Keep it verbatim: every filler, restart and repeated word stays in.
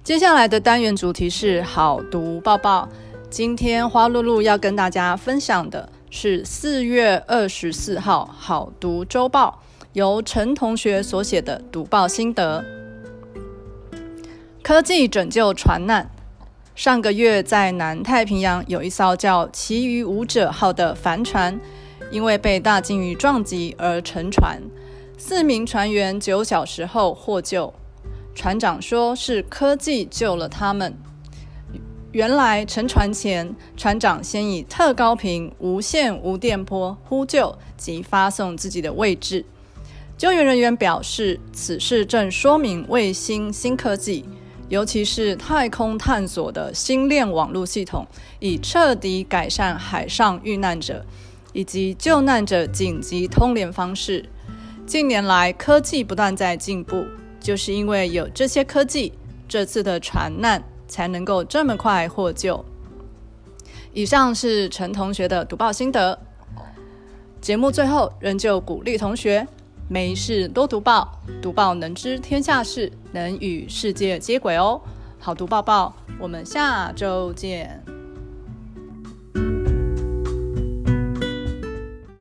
接下来的单元主题是好读报报。今天花露露要跟大家分享的是四月二十四号好读周报，由陈同学所写的读报心得。科技拯救船难。上个月在南太平洋有一艘叫奇鱼舞者号的帆船，因为被大鲸鱼撞击而沉船，四名船员九小时后获救。船长说是科技救了他们。原来沉船前，船长先以特高频无线无电波呼救及发送自己的位置。救援人员表示，此事正说明卫星新科技，尤其是太空探索的星链网络系统，已彻底改善海上遇难者以及救难者紧急通联方式。近年来，科技不断在进步，就是因为有这些科技，这次的船难才能够这么快获救。以上是陈同学的读报心得。节目最后仍旧鼓励同学没事多读报，读报能知天下事，能与世界接轨哦。好读报报，我们下周见。